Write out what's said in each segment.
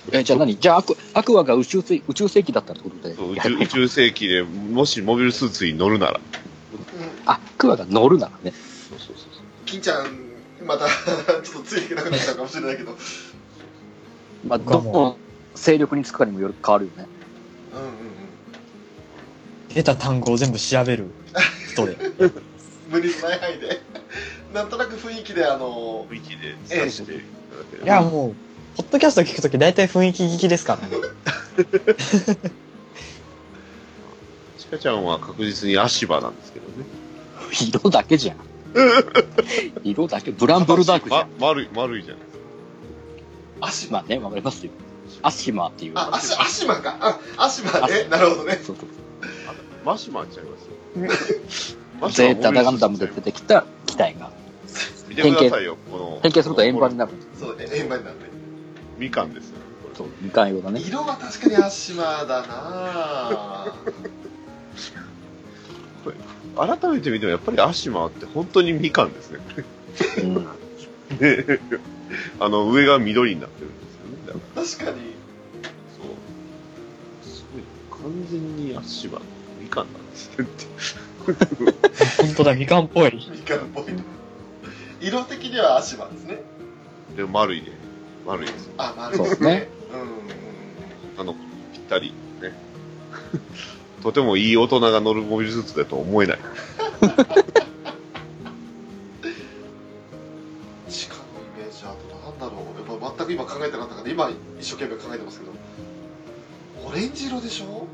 じゃあ何？じゃあアクアが宇宙世紀だったってことで。 そう宇宙世紀でもしモビルスーツに乗るなら。 アクアが乗るならね。 そうそうそう。 金ちゃんまたちょっとついていけなくなっちゃうかもしれないけど。 まあどの勢力につくかにもよる変わるよね。 うんうんうん。 出た単語を全部調べる人で。 無理のない範囲で。なんとなく雰囲気で雰囲気で伝えていただければ。 いやもうポッドキャスト聞くとき大体雰囲気聞きですからね。 ちかちゃんは確実に足場なんですけどね。 色だけじゃん。色だけ。ブランブルダークじゃん。 丸いじゃないですか。 アシマ。 まあね、わかりますよ。アシマっていう。 アシマか。アシマね。なるほどね。 そうそう。 マシマちゃいますゼータガンダムで出てきた機体が。 見てくださいよ、この。 変形すると円盤になるんです。 そうね、円盤になるね。 みかんですよ。 そう、みかん色だね。 色は確かにアシマだなこれ改めて見てもやっぱりアシマって本当にみかんですね。 うん。 で上が緑になってるんですよね。だから確かに。 そう。すごい、完全にアシマ、みかんなんですねって。 本当だ、みかんっぽい。 みかんっぽい。色的にはアシマですね。 でも丸いで、丸いですよ。 あ、丸いそうですね。 うん。 ぴったり、ね。とてもいい大人が乗るモビルスーツだと思えない。 地下のイメージ、あとなんだろう。やっぱ全く今考えてなかったから、今一生懸命考えてますけど。オレンジ色でしょ？も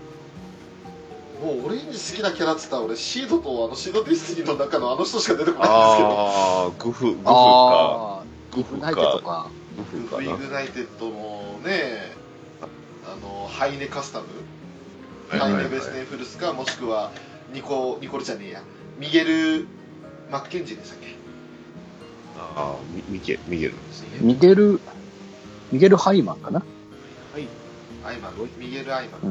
うオレンジ好きなキャラって言ったら俺シードとシードディスティニーの中のあの人しか出てこないんですけど。 ああ、グフか。 グフナイテとか。 グフかな。 グフイグナイテッドのね、ハイネカスタム、ハイネベステンフルスか、もしくはニコルじゃねえや、ミゲル・マッケンジーでしたっけ？ ああ、ミゲルですね。 ミゲル・ハイマンかな。 はい。 アイマン、ミゲル・アイマン。 うん。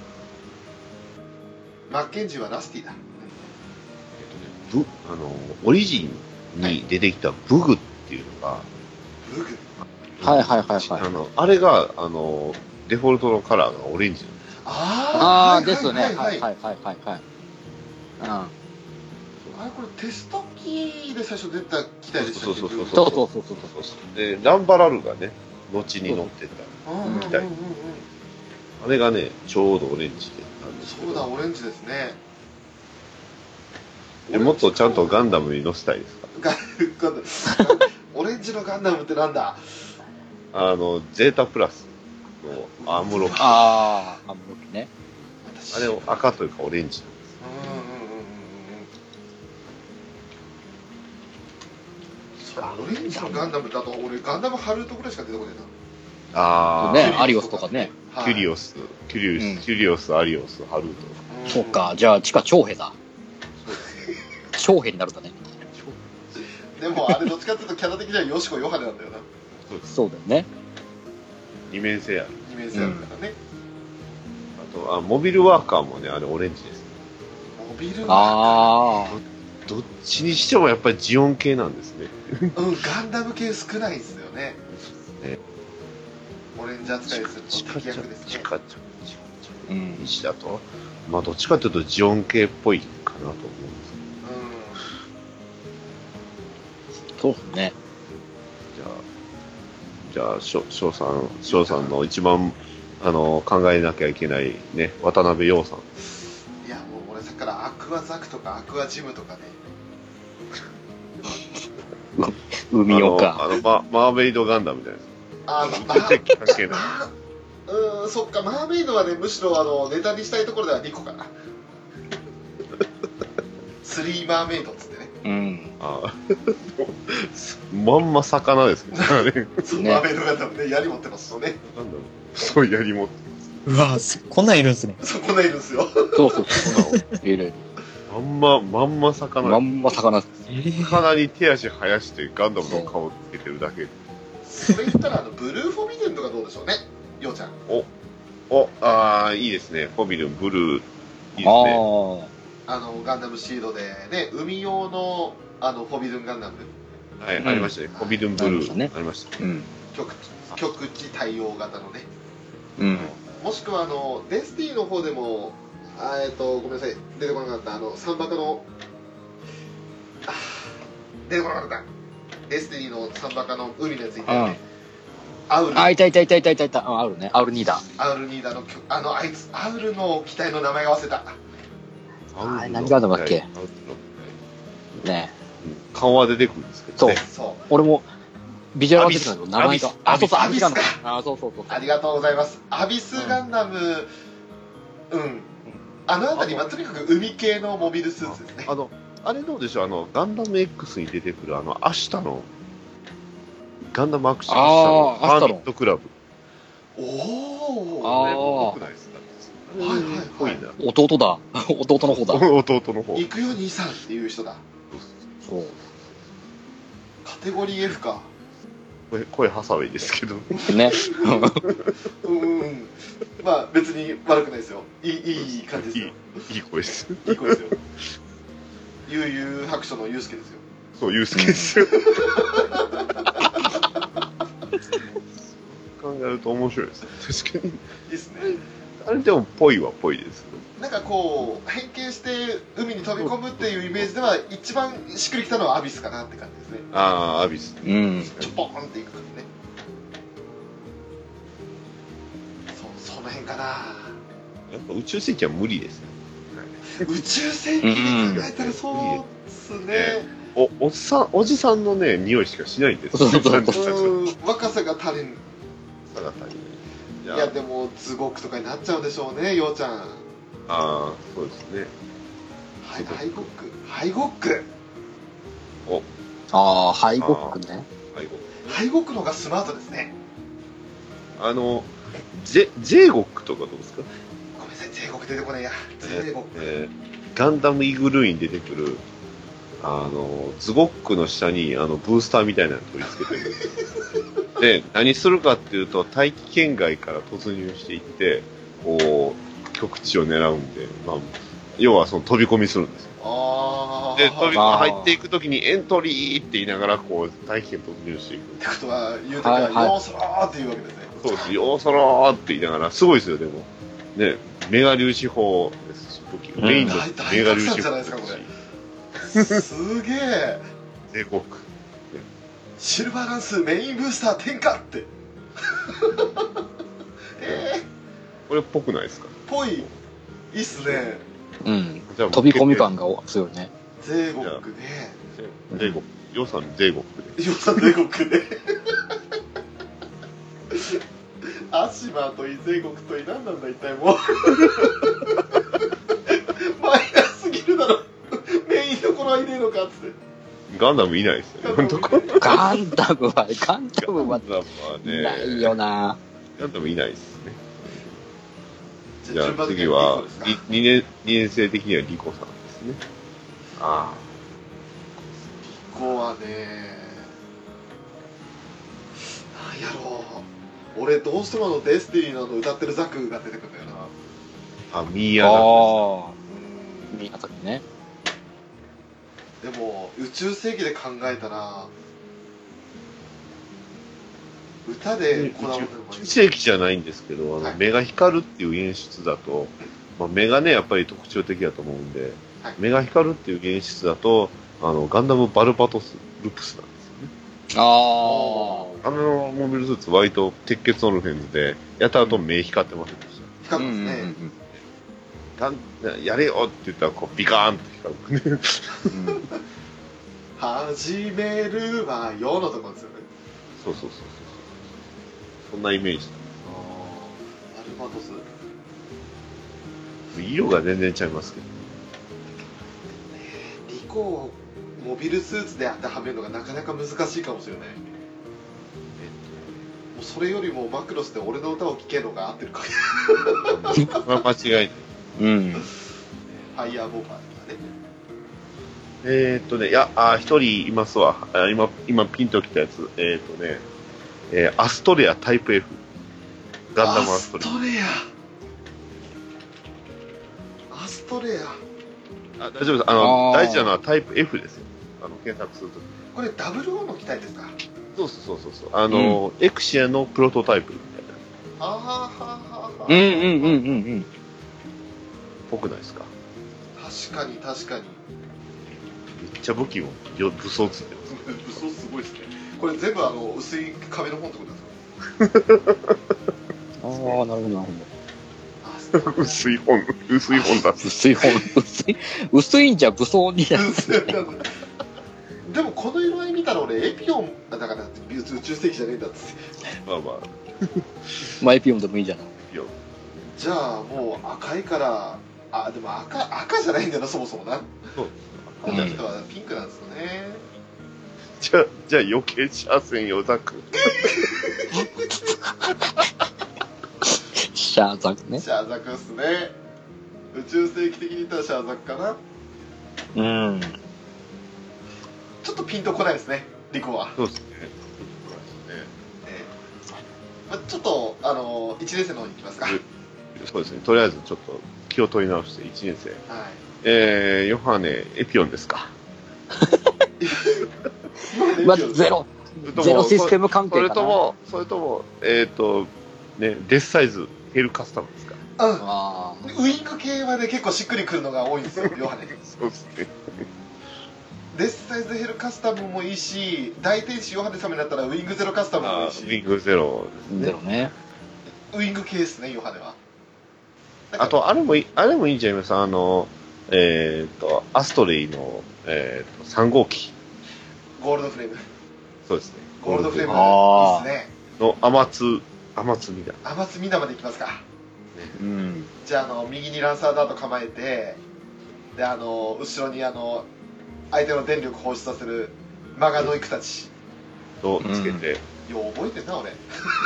マッケンジーはラスティだ。 オリジンに出てきたブグっていうのが、 ブグ。 はいはいはいはい。 あれが、デフォルトのカラーがオレンジなんです。 あー、ですよね。はいはいはいはいはい。 あれこれテスト機で最初出た機体でしたっけ？ そうそう。 で、ランバラルがね、後に乗ってた機体。あれがね、ちょうどオレンジでなんですけど。 そうだ、オレンジですね。 もっとちゃんとガンダムに乗せたいですか？ オレンジのガンダムってなんだ？ ゼータプラスのアームロック。 アームロックね。 あれを赤というかオレンジ。 オレンジのガンダムだと俺ガンダムハルートぐらいしか出てこないな。 アリオスとかね。 キュリオス、アリオス、ハルート。 そうか、じゃあ地下長兵だ。長兵になるんだね。 でもあれどっちかっていうとキャラ的にはヨシコヨハネなんだよな。 そうだよね。 二面性ある。 二面性あるからね。 あとモビルワーカーもね、あれオレンジです。 モビルワーカー。 どっちにしてもやっぱりジオン系なんですね。 ガンダム系少ないですよね。オレンジ扱いすると敵役ですね。 チカちゃん、西だと、まあどっちかというとジオン系っぽいかなと思うんですけど。そうですね。 じゃあ翔さんの一番考えなきゃいけないね、渡辺陽さん。 いやもう俺さっきからアクアザクとかアクアジムとかね。 海よか。 マーメイドガンダムみたいな。 そっか、マーメイドはね、むしろネタにしたいところでは2個かな。スリーマーメイドっつってね。 まんま魚ですね。 マーメイドガンダムね、槍持ってますよね。 そう、槍持ってます。うわこんなんいるんですね。 そう、こんなんいるんですよ。 そう。いる。 まんま魚。 まんま魚。 魚に手足生やしてガンダムの顔つけてるだけ。 それ言ったらブルーフォビデンとかどうでしょうね、ようちゃん。 いいですね。フォビデン、ブルー、いいですね。 ガンダムシードでね、海用のフォビデンガンダム。 はい、ありましたね。フォビデンブルー、ありました。 極地対応型のね。 うん。 もしくはデスティの方でもごめんなさい出てこなかったサンバカの出てこなかったデスティのサンバカの海のやついたよね。アウル。 あ、いた。あ、アウルね。アウル2だ。 アウルニーダのあいつアウルの機体の名前が忘れた。 あれ何ガンダムだっけね顔は出てくるんですけどね。 そう俺も、ビジュアルは出てくるんだけど、名前が。あ、そうそう、アビスガンダム。 アあ、そう。 ありがとうございます。アビスガンダム、あの辺り、とにかく海系のモビルスーツですね。 あれどうでしょう、ガンダム X に出てくる明日の、ガンダムアクション明日のハーミットクラブ。 おお。 あれもぽくないですか？ はい。 弟だ。弟の方だ。 弟の方。 行くよ兄さんっていう人だ。 そう。 カテゴリー F か。 声ハサウェイですけど。 ね。 まあ別に悪くないですよ。いい感じですよ。 いい声です。 いい声ですよ。悠々白書のユウスケですよ。 そう、ユウスケですよ。考えると面白いですね。確かに。 いいですね。 あれでもぽいはぽいです。 なんかこう変形して海に飛び込むっていうイメージでは一番しっくりきたのはアビスかなって感じですね。 ああ、アビス。 うん。 ちょポーンっていく感じね。その辺かな。 やっぱ宇宙世紀は無理ですね。 宇宙世紀で考えたらそうっすね。 おじさんのね、匂いしかしないんですそう若さが足りん。 若さが足りない。 いやでもズゴックとかになっちゃうでしょうね、ようちゃん。 ああ、そうですね。 ハイゴック。 ああ、ハイゴックね。 ハイゴックの方がスマートですね。 ジェイゴックとかどうですか？ ごめんなさい、ジェイゴック出てこないや。ジェイゴック。 ガンダムイグルーイに出てくる、ズゴックの下に、ブースターみたいなの取り付けてる。で、何するかっていうと、大気圏外から突入していって、こう、極地を狙うんで、まあ、要はその飛び込みするんですよ。で、入っていくときにエントリーって言いながら、こう、大気圏突入していく。 ってことは、言うときは、よーそろーっていうわけですね。 そうです。よーそろーって言いながら、すごいですよ、でも。ね、メガ粒子砲ですし、メインのメガ粒子砲ですし。 すげえ。 帝国。 シルバーランスメインブースター点火って。 これっぽくないですか？ ぽい。いいっすね。 うん。飛び込み感が強いね。 ゼーゴックね。 ゼーゴック。ヨウさんゼーゴックで。 ヨウさんゼーゴックで。アシマとイゼーゴックとい何なんだ一体もう。マイナスすぎるだろ。メインどころはいねえのかっつって。 ガンダムいないですよね。 ガンダムはね、 ないよな。 ガンダムいないですね。じゃあ次は2年生的にはリコさんですね。ああ。 リコはね、なんやろう。俺どうしてもデスティニーの歌ってるザクが出てくるんだよな。 ミーアザク。ミーアザクね。 でも宇宙世紀で考えたら歌でこだわるのが宇宙世紀じゃないんですけど、目が光るっていう演出だと、まあ、目がねやっぱり特徴的だと思うんで、目が光るっていう演出だとガンダムバルバトスルプスなんですよね。モビルスーツ割と鉄血のルフェンズでやたらと目光ってませんでした。 光ってますね。 やれよって言ったらこうビカーンと光るね。 始めるわよのところですよね。 そう。そんなイメージ。 アルバトス。 色が全然ちゃいますけど。 リコをモビルスーツで当てはめるのがなかなか難しいかもしれない。もうそれよりもマクロスで俺の歌を聴けるのが合ってるか。 まあ間違いない。 うん。 ファイヤーボーカーとかね。いや、一人いますわ。今ピンときたやつ。アストレアタイプ F。ガンダムアストレア。 アストレア。 大丈夫です。大事なのはタイプ F ですよ。検索すると。 これ00の機体ですか？ そうそうそうそう。エクシアのプロトタイプみたいな。 あーはーはーはーはーうんうんうんうんぽくないですか？ 確かに確かに。 めっちゃ武器も武装つってます。 武装すごいですね。これ全部薄い壁の本ってことですか？ うん。ああ、なるほどなるほど。 薄い本だ。 薄い本、薄いんじゃ武装になる。 でもこの色合い見たら俺エピオンだから宇宙世紀じゃねえんだっつって。 まあまあ、 マイピオンでもいいじゃない。 いやじゃあもう赤いからでも赤じゃないんだよなそもそもな。 そう。 この人はピンクなんですよね。 じゃあ余計シャーセンヨザク。 シャーザクね。 シャーザクっすね。宇宙世紀的に言ったらシャーザクかな。 うん。 ちょっとピンとこないですねリコは。 そうですね。 ちょっと1年生の方に行きますか。 そうですね。とりあえずちょっと気を取り直して1年生。 はい。 ヨハネエピオンですか。 まずゼロシステム関係かな。 それともね、デスサイズヘルカスタムですか。 あウイング系はね結構しっくりくるのが多いんですよヨハネ。 そうですね。 デスサイズヘルカスタムもいいし、大天使ヨハネ様になったらウイングゼロカスタムもいいし、 ウィングゼロあ、ゼロね。 ウイング系ですねヨハネは。 あとあれもいいんじゃないですか。アストレイの3号機。 ゴールドフレーム。 そうですね。 ゴールドフレームあーいいですね。 の天津みだ。 天津みなまで行きますか。 うん。 じゃあ右にランサーダート構えて、で後ろに相手の電力放出させるマガノイクたち。 とつけて。 よう覚えてんな俺。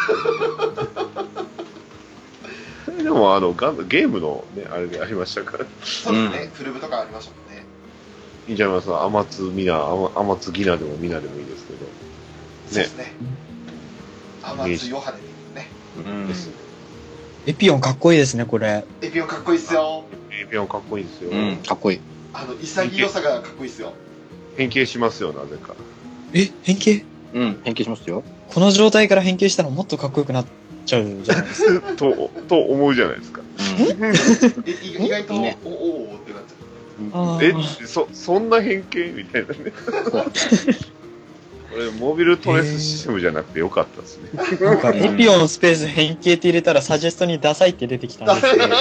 でもゲームのねあれでありましたから。 そうですね、フルブとかありましたもんね。 いいんじゃないですか。天津ギナでもミナでもいいですけど。 そうですね。天津ヨハネでね。 うんです。 エピオンかっこいいですね、これ。 エピオンかっこいいっすよ。 エピオンかっこいいですよ。 うん、かっこいい。 潔さがかっこいいっすよ。 変形しますよ、なぜか。 変形うん、変形しますよ。 この状態から変形したらもっとかっこよくなっちゃうじゃないですか。 と思うじゃないですか。 意外と、 いいねおーってなっちゃう。 そんな変形みたいなね。これ、モビルトレスシステムじゃなくてよかったですね。 なんか、エピオンスペース変形って入れたらサジェストにダサいって出てきたんですけど。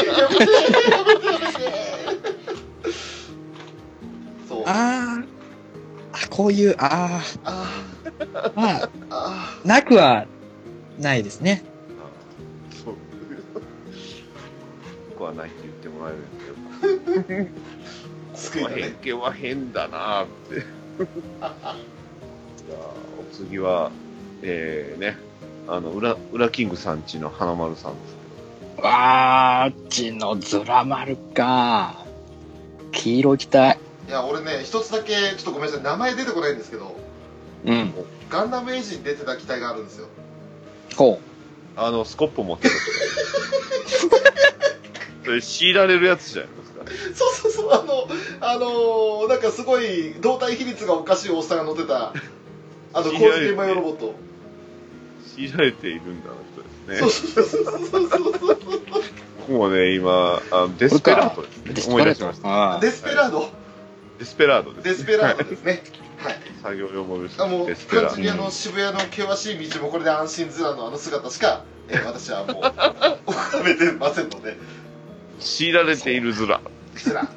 そう。 こういう、 あまあ、 あなくはないですね。 そう。僕はないって言ってもらえるんですけど。 救いだね変形は変だなーって。じゃあ、お次は、ウラキングさんちの花丸さんですけど。 あっちのズラ丸か。黄色いきたい。 いや俺ね一つだけちょっとごめんなさい名前出てこないんですけど、 うん。 ガンダムエイジに出てた機体があるんですよ。 ほスコップ持ってるそれ強いられるやつじゃないですか。 そうなんかすごい動体比率がおかしいおっさんが乗ってた工事現場用ロボット。 強いられているんだな人ですね。 そう僕もね、今、デスペラードですね。思い出しました。 デスペラードデスペラードです。 デスペラードですね。はい。 作業用モビルスもうデスペラ完ード。 全に渋谷の険しい道もこれで安心面の姿しか、私はもう拝めてませんので。 強いられているズラ。 ずら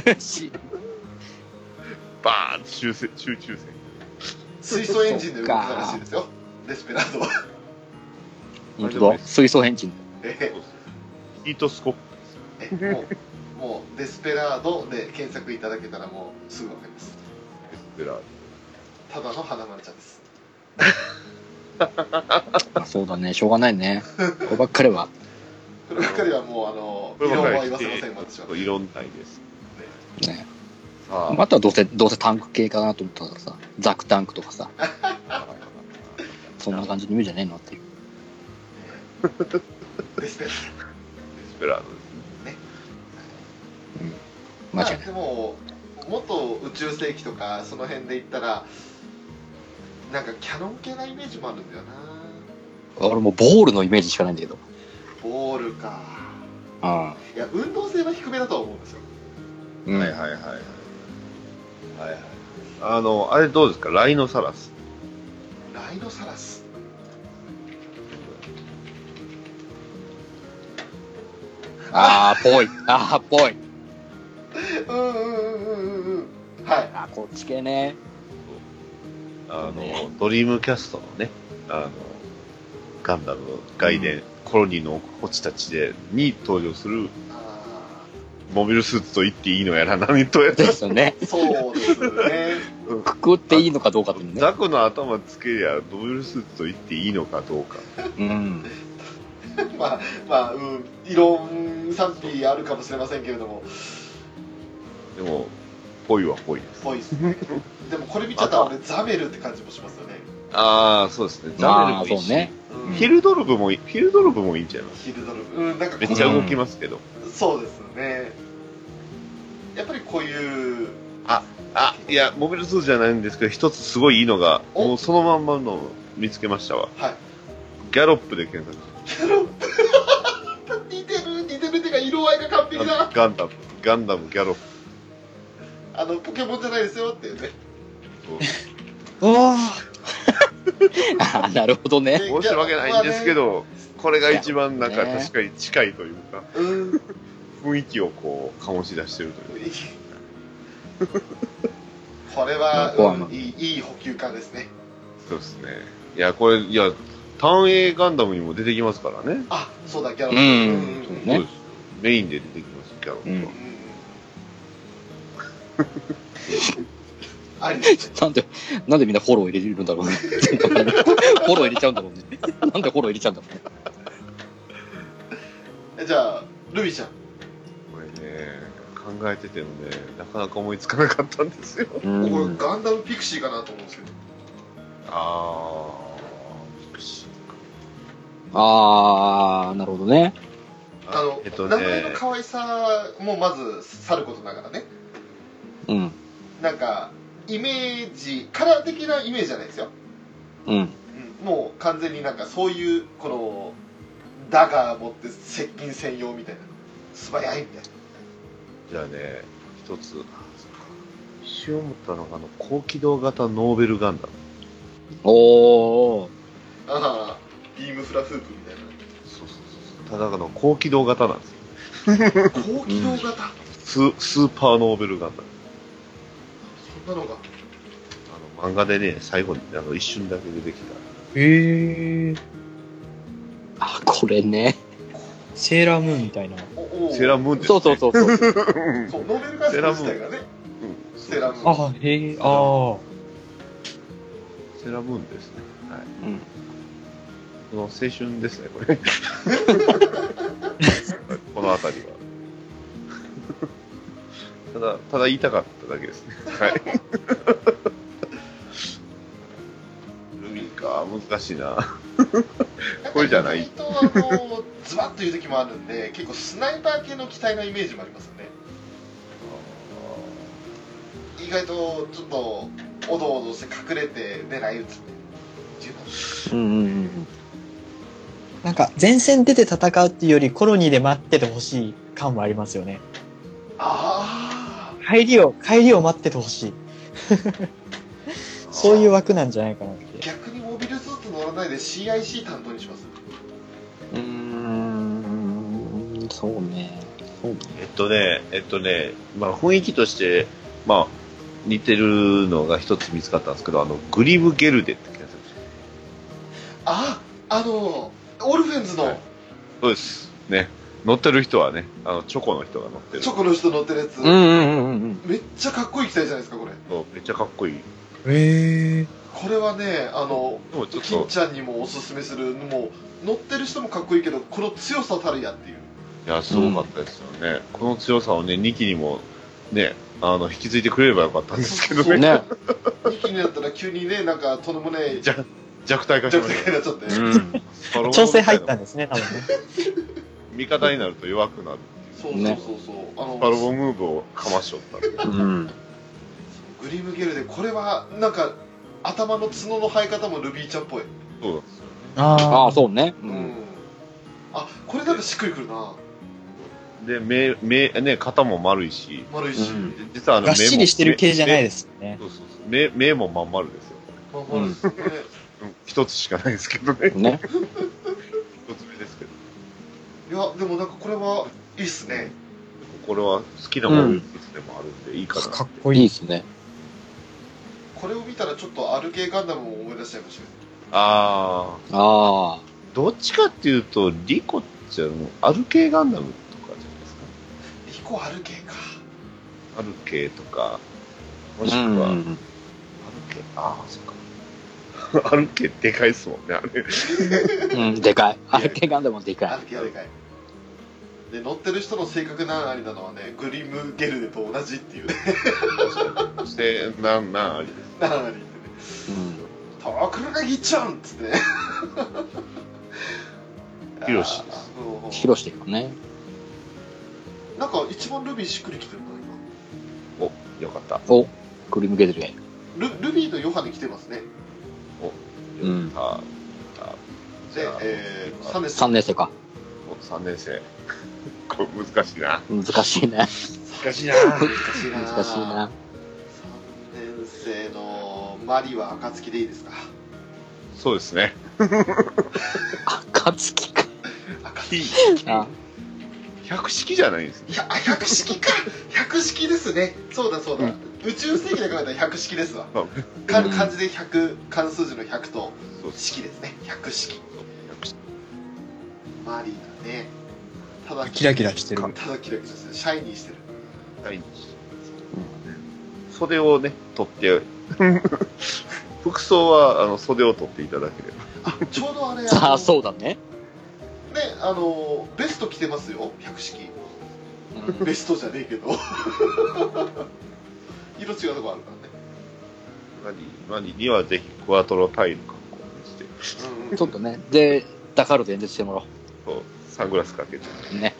バーン集中戦。 水素エンジンで動くらしいですよデスペラードは。 本当だ。水素エンジン。 ヒートスコップ。 もうデスペラードで検索いただけたらもうすぐわかります。 デスペラーただの花丸ちゃんです。 そうだね、しょうがないね。こればっかりは。 こればっかりはもう異論は言わせません私は。 異論ないです。 ね。 さあとはどうせタンク系かなと思ったからさ、ザクタンクとかさ、そんな感じの意味じゃねえのっていう。 デスペラーデスペラードですね。 間違いない。 でももっと宇宙世紀とかその辺で言ったらなんかキャノン系なイメージもあるんだよな。 俺もうボールのイメージしかないんだけど。 ボールか。 あいや、運動性は低めだとは思うんですよ。 あ。うん。 はいはいはいはい。はいはい。あれどうですか、ライノサラス。 ライノサラス。 ああ、ぽい。ああ、ぽい。 うんうんうんうんうん。はい。 あこっち系ね。 ドリームキャストのね、ガンダム外伝、コロニーの落ちたちに登場するあモビルスーツと言っていいのやら何とやらですよね。 ーそうですね。 くくっていいのかどうかっていうね。 ザクの頭つけりゃモビルスーツと言っていいのかどうか。 うん。 まあ、異論賛否あるかもしれませんけれども、 でも、ぽいはぽいです。 ぽいですね。でもこれ見ちゃったら俺、ザベルって感じもしますよね。 ああ、そうですね。ザまあ、 メルもいいうし、 そね。 うんヒルドルブもいいんちゃいます。 ヒルドルブ。なんかめっちゃ動きますけど。 そうですね。やっぱりこういう、 いや、モビルスーツじゃないんですけど、一つすごいいいのが、 おもうそのまんまの見つけましたわ。 はい。 ギャロップで検索似てるっていうか色合いが完璧だ。 ガンダムギャロップ。 ポケモンじゃないですよっていうね。 そううわああ、なるほどね。 申し訳ないんですけど、これが一番なんかね確かに近いというか、 うん。 雰囲気をこう、醸し出してるというか。 これは、 ここはまあいい補給感ですね。 そうですね。いや、これ、単影ガンダムにも出てきますからね。 あ、そうだ、ギャラうんうんねそうです。メインで出てきます、ギャロップは。 うんありですね。 なんでみんなフォロー入れるんだろうね。フォロー入れちゃうんだろうね。なんでフォロー入れちゃうんだろうね。 じゃあ、ルビーちゃん。 これね、考えててもね、なかなか思いつかなかったんですよ。 うこれん。 ガンダムピクシーかなと思うんですけど。 ピクシあー、なるほどね。 ー名前の可愛さもまずさることながらね、 うん。 なんか、イメージ、カラー的なイメージじゃないですよ。 うん。 もう完全になんかそういう、この、ダガー持って接近専用みたいな。素早いみたいな。 じゃあね、一つ、一瞬思ったのが、高機動型ノーベルガンダム。 おー。 ああ、ビームフラフープみたいな。 そうそうそう。ただ、高機動型なんですよ。 高機動型、 スーパーノーベルガンダム。 そんなのが。 漫画でね、最後に一瞬だけ出てきた。 へえ。 あ、これね。 セーラームーンみたいな。 セーラームーンです、 そうそうそうそう。 そう、ノーベルガンダム自体がね、 うん、 セーラームーン。 あ、へえ、あセーラームーンですね。はい。 うん。 この青春ですね、これ。この辺りは。ただ言いたかっただけですね。はい。ルミか、難しいな。これじゃない意外とズバッという時もあるんで、結構スナイパー系の機体のイメージもありますよね。意外とちょっとおどおどして隠れて狙い撃つっていうの。 うんうんうん。 なんか前線出て戦うっていうよりコロニーで待っててほしい感もありますよね。 あ帰りを待っててほしい。そういう枠なんじゃないかなっあ、 て。 逆にモビルスーツ乗らないで CIC 担当にします。 そうね。そうね。 まあ雰囲気として、まあ、似てるのが一つ見つかったんですけど、グリムゲルデって検索して。 あ、オルフェンズのそうです。ね。乗ってる人はね、チョコの人が乗ってる。 チョコの人乗ってるやつ、 うんうんうんうん。 めっちゃかっこいい機体じゃないですか、これ。 そうめっちゃかっこいい。 へえ。 これはね、 でもちょっと、 金ちゃんにもおすすめする、もう乗ってる人もかっこいいけど、この強さたるやっていう。 いや、すごかったですよね。この強さをね、2期にも、ね、引き継いでくれればよかったんですけどね。 ね。 2期になったら急にね、なんかとんでもねえ弱体化し弱まし体になっちゃって、 うん。 た。 調整入ったんですね、多分ね。 味方になると弱くなる。 そうそうそうそう、 スパロボムーブをかましとった。 うん。 グリムゲルでこれはなんか頭の角の生え方もルビーちゃんっぽい。 そうなんですよ。 ああ、そうね。う。 うんん。あ、これなんかしっくりくるな。 で、ね、肩も丸いし、 丸いし。 うんで実はがっしりしてる系じゃないですよね。 そうそうそう。目もまん丸ですよ。 まあ、丸いですね。 うん、一つしかないですけどね。 ね。 一つ目ですけど。 いや、でもなんかこれはいいっすね。 これは好きなモビルスーツでもあるんで、いいかなって。 かっこいい。 いいですね。 これを見たらちょっとアルケーガンダムも思い出しちゃいましたけああ。 ああ。 どっちかっていうと、リコちゃんのアルケーガンダムとかじゃないですか。 リコアルケーか。 アルケーとか、もしくうんは、アルケー、ああ、そっか。アルケーでかいっすもんね、あれ。 うん、でかい。アルケガンダムもでかアルケーはでかい。で、乗ってる人の性格難ありなのはね、グリムゲルデと同じっていうね。 そして、なんありです。 難ありってね。 い。うん。 トークルがギッチャンっつってね。 ヒロシです。 うんヒロシだよね。 なんか一番ルビーしっくりきてるな、今。 お、よかった。 お、クリムゲデルや。 ルビーのヨハネ来てますね。 お、よかった。 でじゃあ、、 3年 3年生か。 お3年生。これ難しいな。 難しいね。 難しいな。 難しいな。 難しいな。 3年生のマリは暁でいいですか。 そうですね。 暁か。あ、 百式じゃないんですね。 いや、百式か。百式ですね。そうだそうだ。宇宙世紀で考えたら百式ですわ。漢字で100、漢数字の100とそうです。 式ですね。百式。 百式。 マリだね。ただキラキラしてる。 ただキラキラしてる。シャイニーしてる。 第二袖をね、取って、服装は袖を取っていただければ。 あ、ちょうどあれ、 ああ、そうだね。 ね、ベスト着てますよ、百式。 うんベストじゃねえけど。色違うとこあるからね。 マリにはぜひクワトロタイの格好にして、 うんうん。 ちょっとね。で、ダカールで演説してもらそうサングラスかけて、 おう。ね。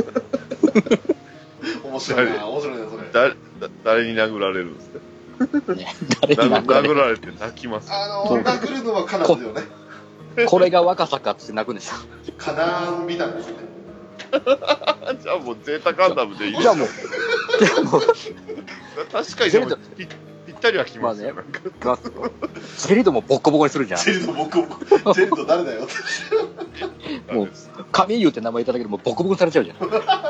面白いな、面白いな、それ。 誰に殴られるんですか？ ね。誰に殴られる殴られて泣きます。 殴るのはカナンだよね。 これが若さかって泣くんですよ。 カナン美談ですね。 じゃあもうゼータガンダムでいいですじゃあもう、じゃあもう、 確かにでもゼーぴったりはきますよ、 まなんかいきますよ。ジェリドもボッコボコにするじゃん。 ジェリドボコボコ。ジェリド誰だよって。 もう、カミーユって名前いただけでもうボコボコにされちゃうじゃん。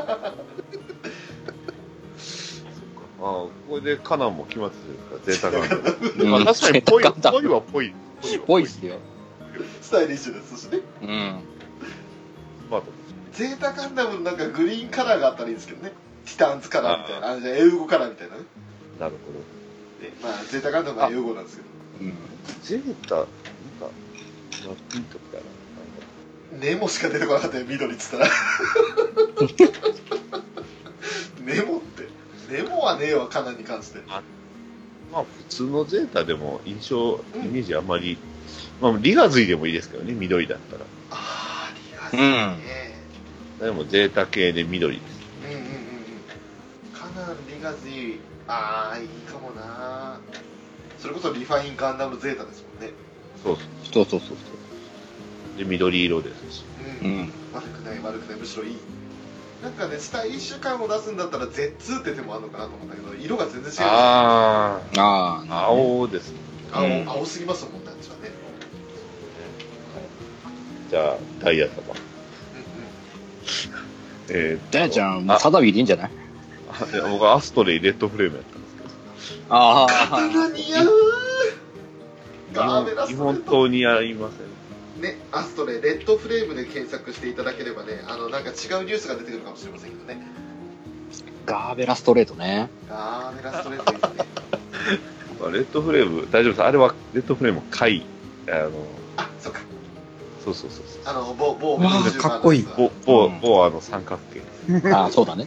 これでカナンも決まってるから、ゼータガンダム。 うんまあ確かにぽいゼータガンダムはぽい。 ぽいっすよ。 スタイリッシュですしね。 うん。 まあ、 ゼータガンダムのなんかグリーンカラーがあったらいいんですけどね。ティタンズカラーみたいな。あ、じゃあ英語カラーみたいなね。 なるほでまあ、ゼータガンダムは英語なんですけど。 うん。 ど。ゼータ、なんか、ピントみたいな。 ネモしか出てこなかったよ、緑っつったら。ネモって。ネモはねえわ、カナンに関して。 まあ普通のゼータでもイメージあんまり、まあリガズイでもいいですけどね、緑だったら。 あー、リアスね。 でもゼータ系で緑です。 うんうんうんうん。カナン、リガズイ、あー、いいかもな。それこそリファインガンダムゼータですもんね。 そうそうそうそうそう。 で、緑色ですし。 う。 うんん。 悪くない悪くない、むしろいい。なんかね、スタイリッシュ感を出すんだったら Z2 って手もあるのかなと思ったけど、色が全然違う。 あああ、青ですね。 うん青すぎますもんね、あっちはね。 じゃあ、ダイヤ様。 ダイヤちゃん、もうサダビーでいいんじゃない？ いや僕はアストレイレッドフレームやったんですけど。 あ刀似合うガーベラス日トレート本刀に合いません。 ね、アストレイレッドフレームで検索していただければね、なんか違うニュースが出てくるかもしれませんけどね。 ガーベラストレートね。 ガーベラストレートいいですね。 レッドフレーム、大丈夫です。あれは、レッドフレーム貝。 あ、そっか。 そうそうそうそう。 某わあかっこいい某うん三角形。 ああ、そうだね。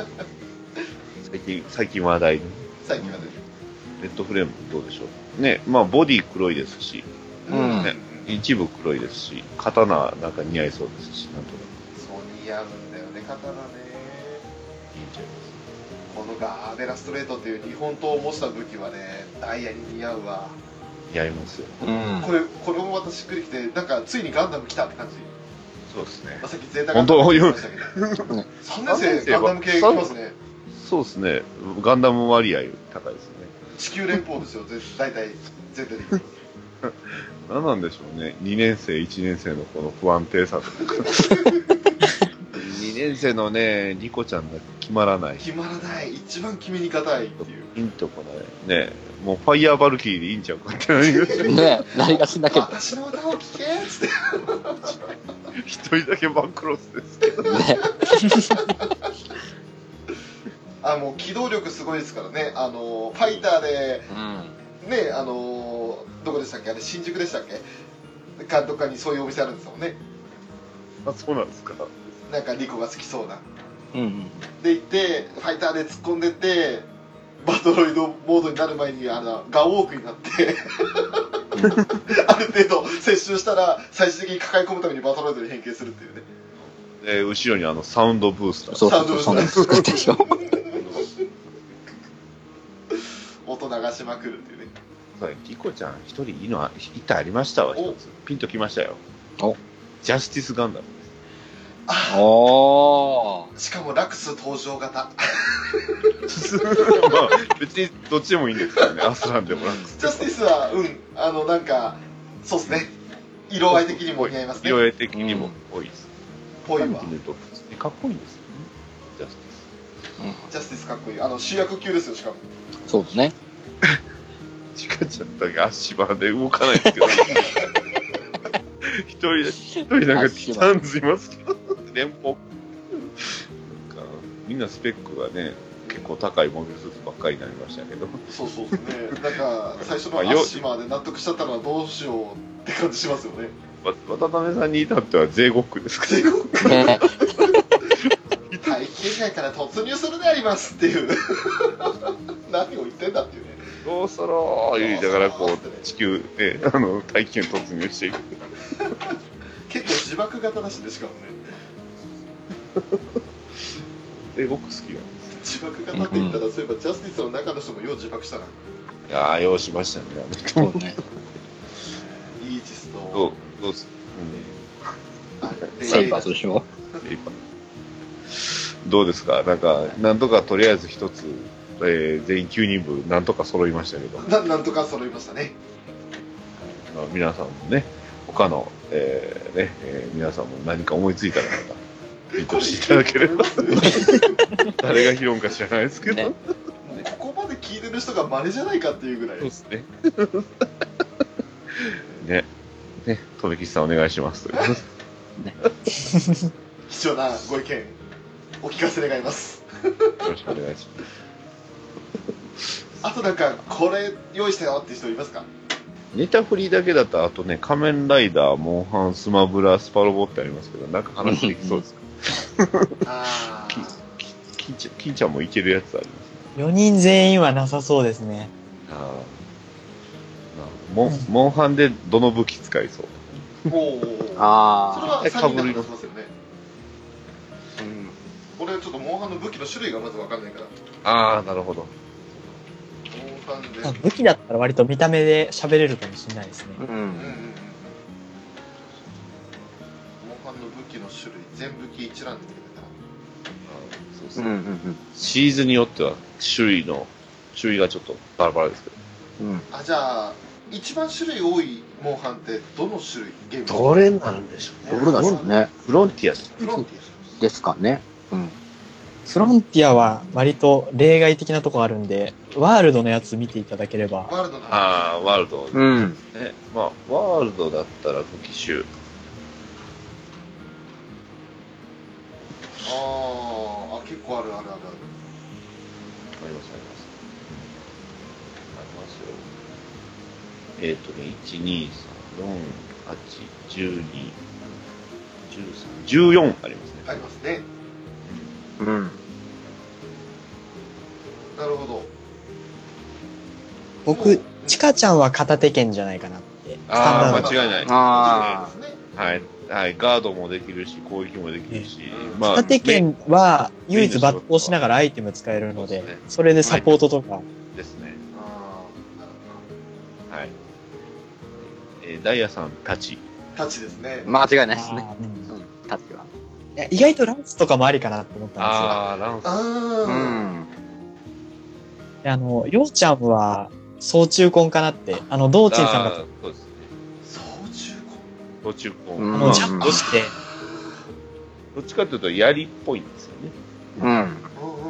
最近話題の最近はね。 レッドフレームどうでしょう。ね、まあボディ黒いですし、 うんね一部黒いですし、刀なんか似合いそうですし、なんとなくそう似合うんだよね、刀ね。 いいんちゃいこのガーベラストレートっていう日本刀を模した武器はね、ダイヤに似合うわ。 やりますよ。 うん。 これもまたしっくりきて、なんかついにガンダム来たって感じ。 そうですね。 まあ、さっきゼータガンダムって言いましたけど、 ね 3年生ガンダム系来ますね。 そうですね。ガンダム割合高いですね。 地球連邦ですよ、大体全体的に。 何なんでしょうね。2年生、1年生のこの不安定さとか。2年生のね、リコちゃんが決まらない。 決まらない、一番決めに硬いっていう。 いいとこない。ね、もうファイヤーバルキリーでいいんちゃうかってなりました。 ねなりがちだけど。 私の歌を聴けっつって。 一人だけバンクロスですけど。 ね。 もう機動力すごいですからね。ファイターで、 うん。 ね、どこでしたっけ、あれ新宿でしたっけかどっかにそういうお店あるんですもんね。 あ、そうなんですか。 なんかリコが好きそうな。 うん。 で行ってファイターで突っ込んでってバトロイドモードになる前にガオークになってある程度接収したら最終的に抱え込むためにバトロイドに変形するっていうね。 で、後ろにサウンドブースター。 そうそうそう、そんなの作ってでしょ。 音流しまくるっていうね。 リコちゃん一人いいの板ありましたわ、一つ。ピンときましたよ。 おジャスティスガンダム。 おー。 しかもラクス登場型。 まあ、別にどっちでもいいんですけどね、アスランでもラクス。 ジャスティスはなんかそうですね、色合い的にも似合いますね。 色合い的にも多いです。 ぽいわ。 見ると普通にかっこいいんですよね、ジャステジャスティスかっこいい。主役級ですよ。しかもそうだね。 ィス。チカちゃんだけ足場で動かないですけど。一人なんかティタンズいますけど、連邦。なんかみんなスペックがね、結構高いモビルスーツばっかりになりましたけど。 そうですね。なんか最初のアッシマーで納得しちゃったのはどうしようって感じしますよね。 渡辺さんに至っては税国ですか全国ね。 体系外から突入するでありますっていう何を言ってんだっていうね。 そろそろ言いながらこう地球ね、大気圏突入していく。 結構自爆型だしね。しかもね、 税国好きなんです。 自爆型って言ったら、そういえばジャスティスの中の人もよう自爆したな。 いやー、ようしましたね、 そうね。 イージスとどうす、 セイバーズでしょ。 どうですか、なんとかとりあえず一つ、全員9人分、なんとか揃いましたけど、 なんとか揃いましたね。 皆さんもね、他の、皆さんも何か思いついたらまた、ツイートしていただければ、誰が拾うんか知らないですけど、 ねここまで聞いてる人が稀じゃないかっていうぐらい。 そうですね。ね、とめきちさんお願いします。 貴重なご意見お聞かせ願います。 よろしくお願いします。 あとなんかこれ用意したよって人いますか？ ネタフリだけだと、あとね、仮面ライダー、モンハン、スマブラ、スパロボってありますけど、なんか話できそうですか？ あ金ちゃんもいけるやつありますね。 4人全員はなさそうですね。 モンハンでどの武器使いそう？ おお。それあは3人で話せますよね。俺はちょっとモンハンの武器の種類がまず分かんないから。 ああ、なるほど。 モンハンで。 武器だったら割と見た目で喋れるかもしれないですね。 あ。うん。 モンハンの武器の種類全武器一覧で見てたら。 そうですね。 うんうんシーズンによっては種類がちょっとバラバラですけど。 うん。うん。 じゃあ一番種類多いモンハンってどの種類ゲーム？ どれなんでしょうね。 どれだろうね。 フロンティアです。 フロンティですかね。うん。 フロンティアは割と例外的なとこあるんで、ワールドのやつ見ていただければ。 ア。ワールドの。 ああ、ワールド。 うん。 ね。まあ、ワールドだったら武器種。 結構ある。 あります、あります。ありますよ。1、2、3、4、8、12、13、14ありますね。 ありますね。 うん。 なるほど。 僕、チカちゃんは片手剣じゃないかなって。 ああ、 スタンダード間違いない。 あですね。 はい。はい。ガードもできるし、攻撃もできるし、まあ、 片手剣は唯一抜刀しながらアイテム使えるので、それでサポートとか。 ですね。 あはい。 ダイヤさんたち。 タッチですね。 間違いないですね。 あーうんうん。タッチは。 いや意外とランスとかもありかなって思ったんあー、ランス。 あうー。 ん。 ですよ。ようちゃんは、総中婚かなって、道珍さんが、 そうですね。 総中途中婚。 うんまあジャンプして、 どっちかというと槍っぽいんですよね。 うん。 うんうんうんうんうん。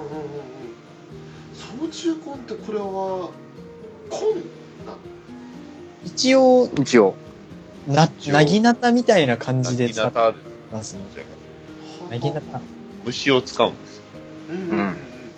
総中婚ってこれは婚なの？ 一応、 一応。 なぎなたみたいな感じで使ってなぎなたますね。 はなぎなた。 虫を使うんですよ。 うんうんうんうん。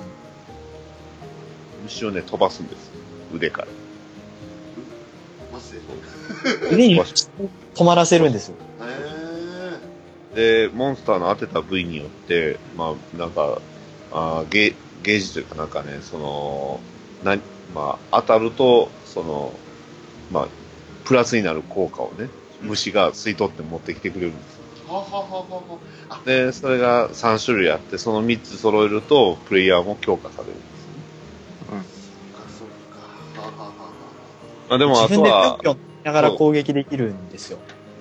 虫をね、飛ばすんですよ。腕から。 マジで？ 腕に止まらせるんですよ。 へで、モンスターの当てた部位によって、まあ、なんか、ゲージというかなんかね、まあ、当たると、まあ、プラスになる効果をね、虫が吸い取って持ってきてくれるんですよ。 ー。ははははは。あ、 で、それが3種類あって、その3つ揃えると、プレイヤーも強化されるんですよね。 そっか。はははは。 まあ、でも、あ自分でぴょんとは、 ぴょんしながら攻撃できるんですよ。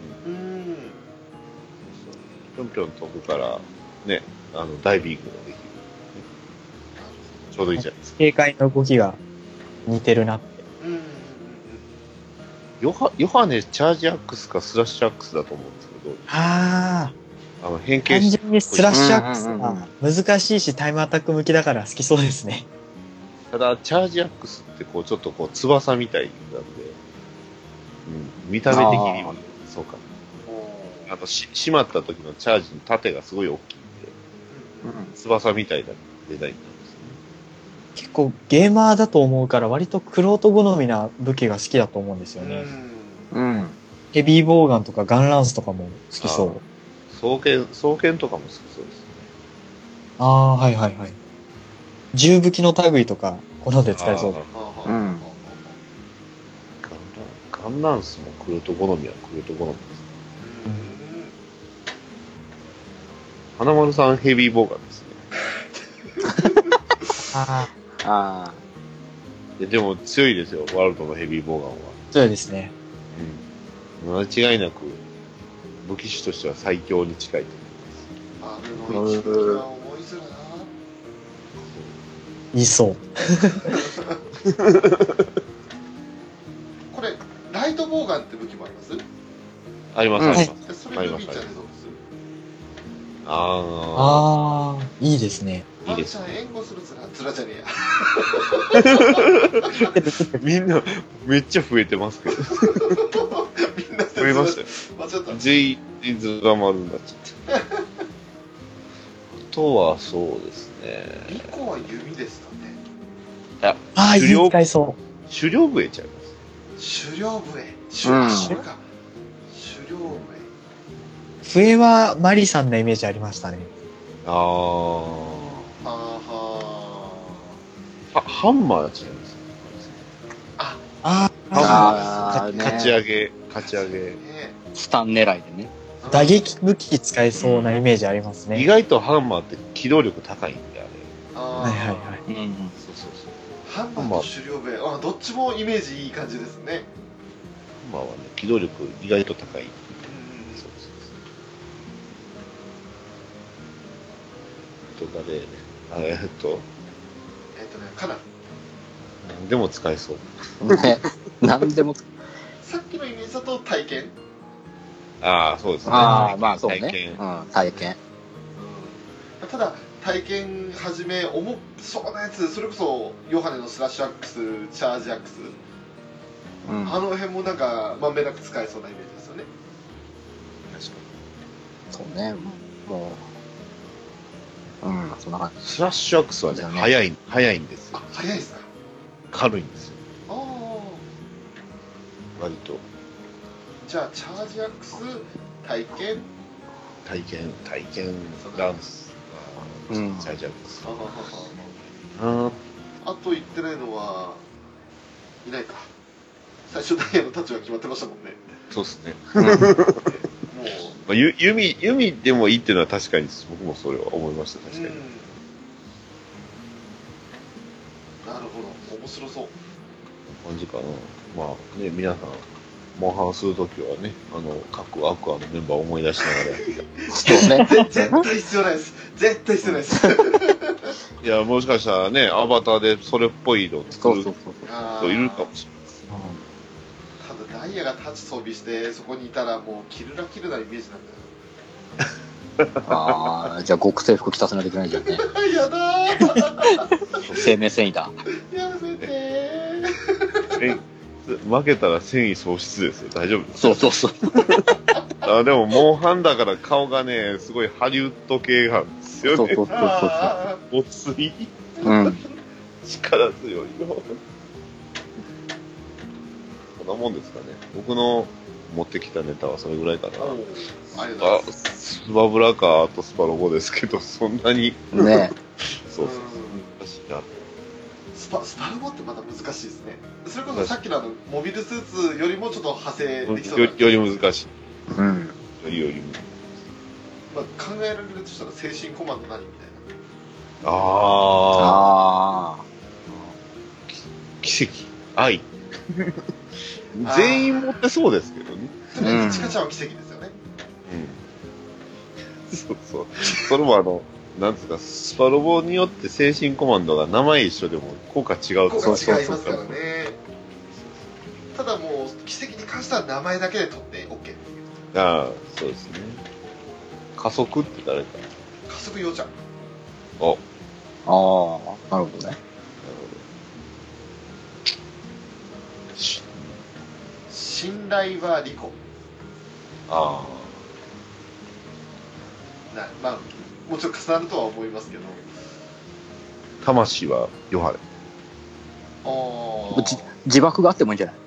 ぴょんぴょん飛ぶから、ね、ダイビングもできる。ちょうどいいじゃないですか。 警戒の動きが似てるなって。 うんうんヨハネチャージアックスかスラッシュアックスだと思うんですけど、 あ変あ、単形して純にスラッシュアックスうんうんうんは難しいしタイムアタック向きだから好きそうですね。 ただ、チャージアックスってちょっと翼みたいなんで、見た目的には、そうか。 うん。 閉まった時のチャージの縦がすごい大きいんで、翼みたいなデザインなんですね。 結構ゲーマーだと思うから割と玄人好みな武器が好きだと思うんですよね。 うん。 ヘビーボウガンとかガンランスとかも好きそう。 双剣とかも好きそうですね。 ああ、はいはいはい。銃武器の類とか、こので使えそうだ。 うんガンランスもクルト好みはクルト好みです。花丸さんヘビーボーガンですね。 ああ、 あでも強いですよ、ワールドのヘビーボーガンは。 そうですね。 間違いなく武器種としては最強に近いと思います。 あれの一撃は重いずらな。 いそう。 これライトボウガンって武器もあります？ あります、 うんあります。 それルビーちゃんでどうです？ あああ、いいですね。 いいですワンちゃん援護するつらじゃねえや。 みんなめっちゃ増えてますけど。 みんな増えましたよ。 間違った。 全員図が丸になっちゃった。あとはそうですね。 リコは弓ですかね。 ああ、いい狩猟使いそ狩猟笛ちゃいます。 狩猟笛。 うん狩猟か。狩猟笛。 う。笛はマリさんのイメージありましたね。 あはあはハンマーちゃいます。 あ。 ああーね勝ち上げ。 ねスタン狙いでね。 打撃武器使えそうなイメージありますね。 意外とハンマーって機動力高いんで、あれ。 はいはいはい。 うん。 そうそうそう。 ハンマーと狩猟笛。あ、どっちもイメージいい感じですね。 ハンマーはね、機動力意外と高い。 うんそうそうそう。とかで、 かな。 何でも使えそう。 ね。なんでも。 さっきのイメージだと体験。 ああ、そうですね。 ああ、まあそうね体験。 うん、体験。 ただ体験はじめ重そうなやつ、それこそヨハネのスラッシュアックス、チャージアックス、 うん。 あの辺もなんかまんべんなく使えそうなイメージですよね。 確かそうね。もう。うん、そんな感に。スラッシュアックスはね、 そうだね早いんですよあ。、早いですか。 軽いんですよ。 ああ。 割と。 じゃあチャージアックス、体験。 体験ランスは、 うんチャージアックス。 あははあはあと言ってないのはいないか。最初ダイヤのタッチが決まってましたもんね。 そうですね。 じ。うん。 もうまあ、弓でもいいっていうのは確かに僕もそれは思いました、確かに。 なるほど、面白そう。 感じかな。まあね、皆さん、 モンハンするときはね、各アクアのメンバーを思い出しながらやってそうね。 絶対必要ないです。絶対必要ないです。 いや、もしかしたらね、アバターでそれっぽいのを作るそうそうそう。 人いるかもしただダイヤがタッチ装備してそこにいたらもうキルラキルなイメージなんああ、じゃあ極制服着させないといけないじゃんね。 だよ。やだー。 生命繊維だ。 やめてれない。負けたら戦意喪失ですよ。大丈夫です。 そうそうそう。 あ、でも、モンハンだから顔がね、すごいハリウッド系なんですよね。 そうそうそうそう。 あおつい、 うん。 力強いよ。そんなもんですかね。僕の持ってきたネタはそれぐらいかな。 ありがとうございます。 スパブラか、あとスパロボですけど、そんなに、 ねそうそう、難しいな。 スパルボってまた難しいですね。それこそさっきのモビルスーツよりもちょっと派生できそうなより難しい。 うん。 より難しい。 まあ、考えられるとしたら精神コマンド何みたいな。 あああ。 奇跡。愛。全員持ってそうですけどね。 とりあえずチカちゃんは奇跡ですよね。 うん。そうそう。それもなんですか、スパロボによって精神コマンドが名前一緒でも効果違う効と果違いますからね。ただもう奇跡に関しては名前だけで取って OK。 ああ、そうですね。加速って誰か。 加速ようちゃん。 お、 ああ、なるほどね。 なるほど。 信頼はリコ。 あまあもちろん重なるとは思いますけど。 あ、魂はヨハレ。 自爆があってもいいんじゃない？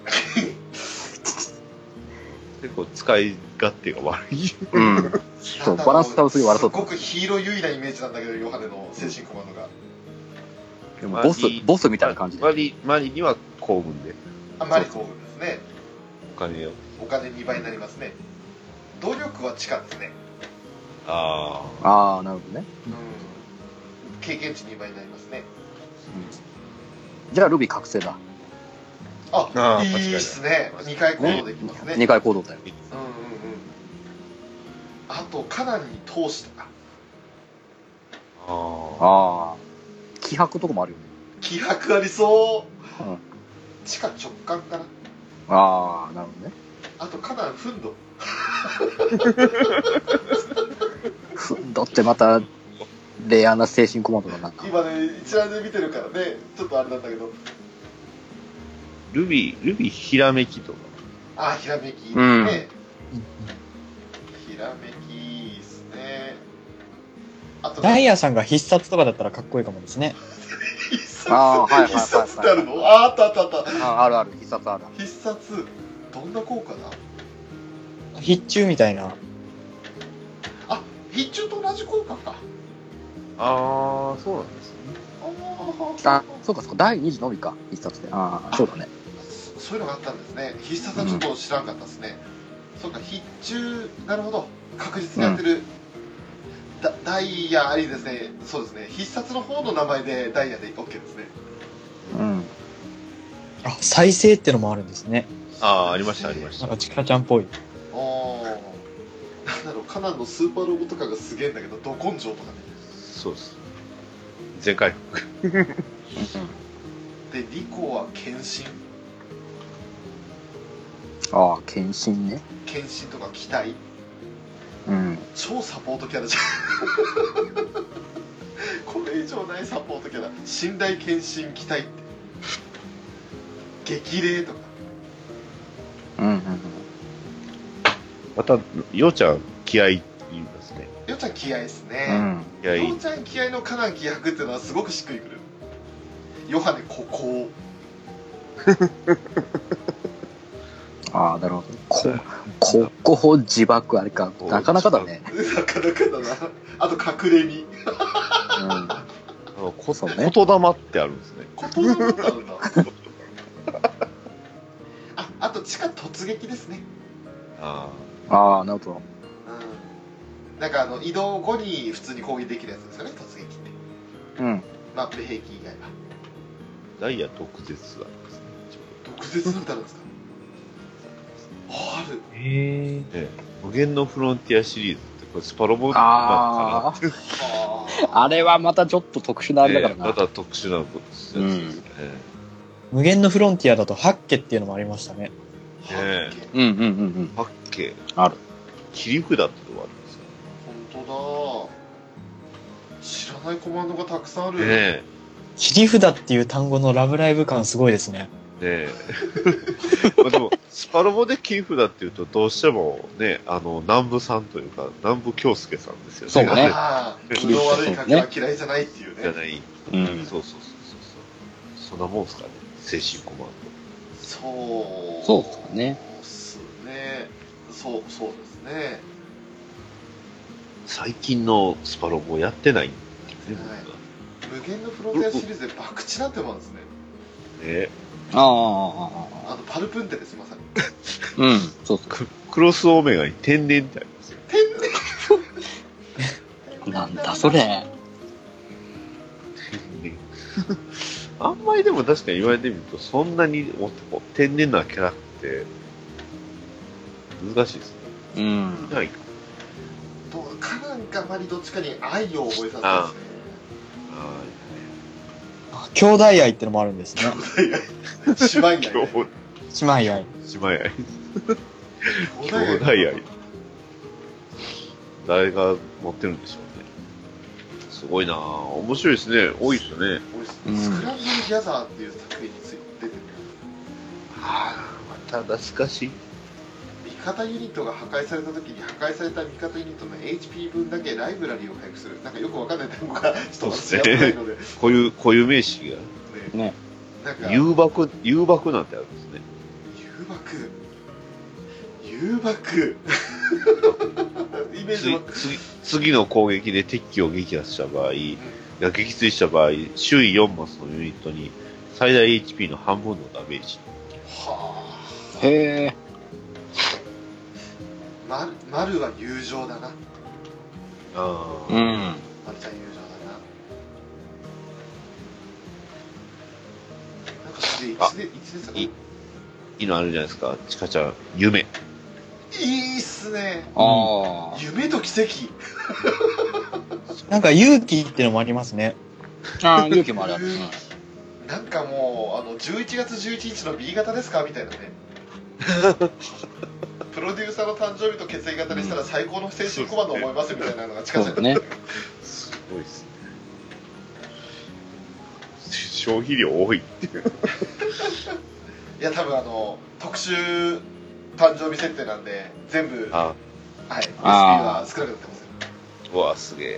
結構使い勝手が悪い。 うん。そう、バランス倒すに悪そうす。ごくヒーロー優位なイメージなんだけど、ヨハネの精神コマンドが。 でもボスみたいな感じで。 マリには幸運で。 あ、マリコですね。 お金を。 お金2倍になりますね。動力は地下ですね。 ああ。 ああ、なるほどね。 うん。経験値2倍になりますね。 じゃあルビー覚醒だ。 あ、いいっすね。2回行動できますね。 2回行動だよ。 うんうんうん。あと、カナンに通しとか。 あああ。気迫とかもあるよね。 気迫ありそう。 うん。 地下直感かな。 ああ、なるほどね。 あと、カナンフンド。 ふんどってまた、レアな精神コマンドだな。 今ね、一覧で見てるからね、ちょっとあれなんだけど。 ルビーひらめきとか。 あ、ひらめきですね。 うんひらめきいいっすね。あと、 ダイヤさんが必殺とかだったらかっこいいかもですね。 必殺、 あーはいはいはいはい必殺ってあるの？あったあったあった。 あるある、必殺ある。 必殺、どんな効果だ？ 必中みたいな。 あ、必中と同じ効果か。 ああ、そうなんですね。 あ、そうかそうか、第2次のみか、必殺で。ああ、そうだね。 そういうのがあったんですね。必殺はちょっと知らんかったですね。そうか、必中、なるほど。確実にやってる。ダイヤありですね。そうですね。必殺の方の名前でダイヤで OK ですね。 うん。 あ、再生ってのもあるんですね。 ああ、ありました、ありました。 なんかチカちゃんっぽい。 なんだろう、カナンのスーパーロボとかがすげえんだけど、ど根性とかね。 そうです。全回復。 で、リコは献身。 ああ、献身ね。 献身とか期待。 うん。 超サポートキャラじゃん。これ以上ないサポートキャラ。信頼献身期待って。激励とか。 うんうんうん。 また、ようちゃん、気合い言いますね。 よっちゃん気合いですうね。 ん。 気合いよっちゃん気合いのカナン気迫っていうのはすごくしっくりくる。ヨハネここ。 ああ、なるほど。ここ自爆あれか。なかなかだね。 なかなかだな。あと隠れ身。 そうね言霊ってあるんですね。 言霊ってあるんだ。あと地下突撃ですね。 あああ、なるほど。 うん。なんか移動後に普通に攻撃できるやつですよね、突撃って。 うん。 マップ兵器以外は。 あ、ダイヤ毒舌ありますね。 毒舌なんてあるんですか？ る。 へえ。 ね、無限のフロンティアシリーズって、これスパロボあああ。あれはまたちょっと特殊なあれだからな。 また特殊なやつですね。 無限のフロンティアだとハッケっていうのもありましたね。 ねうんうんうんうん。 パッケある。 切り札ってのがあるんですよ。 本当だ。知らないコマンドがたくさんある。 ね切り札っていう単語のラブライブ感すごいですね。 え。まあでも、スパロボで切り札っていうと、どうしてもね、南部さんというか、南部京介さんですよね。 そうねああ、運の悪い賭けは嫌いじゃないっていうね。 じゃない。 うんそうそうそうそう。そんなもんですかね。精神コマンそう。 そうですかね。 すね。そうですね。 ド。最近のスパロボやってないんですね、 はい僕は。 無限のフロンティアシリーズで博打なんてもんですね。 ねああ。 パルプンテです、まさに。 うん。そうそう。 クロスオメガに天然ってありますよ。 なんだそれ。 天然。あんまりでも確かに言われてみると、そんなに天然なキャラって、難しいですね。 うん。 ないか。 カナンかマリどっちかに愛を覚えさせたんですね。 兄弟愛ってのもあるんですね。 姉妹愛ね。 兄姉妹愛。 姉妹愛。兄弟愛。誰が持ってるんでしょうね。すごいなぁ。面白いですね。多いですよね。 うんスクランブルギャザーっていう作品について出てる。 はあ、また懐かしい。 味方ユニットが破壊された時に破壊された味方ユニットの HP 分だけライブラリーを回復する。なんかよくわかんない単語がちょっと私やってないので。 固有名詞が。 ね。 なんか誘爆なんてあるんですね。 誘爆イメージも次の攻撃で敵機を撃破した場合、撃墜した場合、周囲4マスのユニットに最大 HP の半分のダメージ。 はへえ。 あマルは友情だな。 あうん。 マルちゃん友情だな。なんかいつですか。 いいのあるじゃないですか。チカちゃん、夢。 いいっすね。 ああ。 夢と奇跡。 なんか勇気ってのもありますね。 ああ、勇気もあるやつ。 なんかもう11月11日の B 型ですかみたいなね。プロデューサーの誕生日と血液型にしたら最高の精神コマンドを思いますみたいなのが近づいてね。 すごいっすね。消費量多いっていう。 いや多分特殊誕生日設定なんで全部あ、 はい SP は少なくなってますよ。 うわ、すげえ。 へ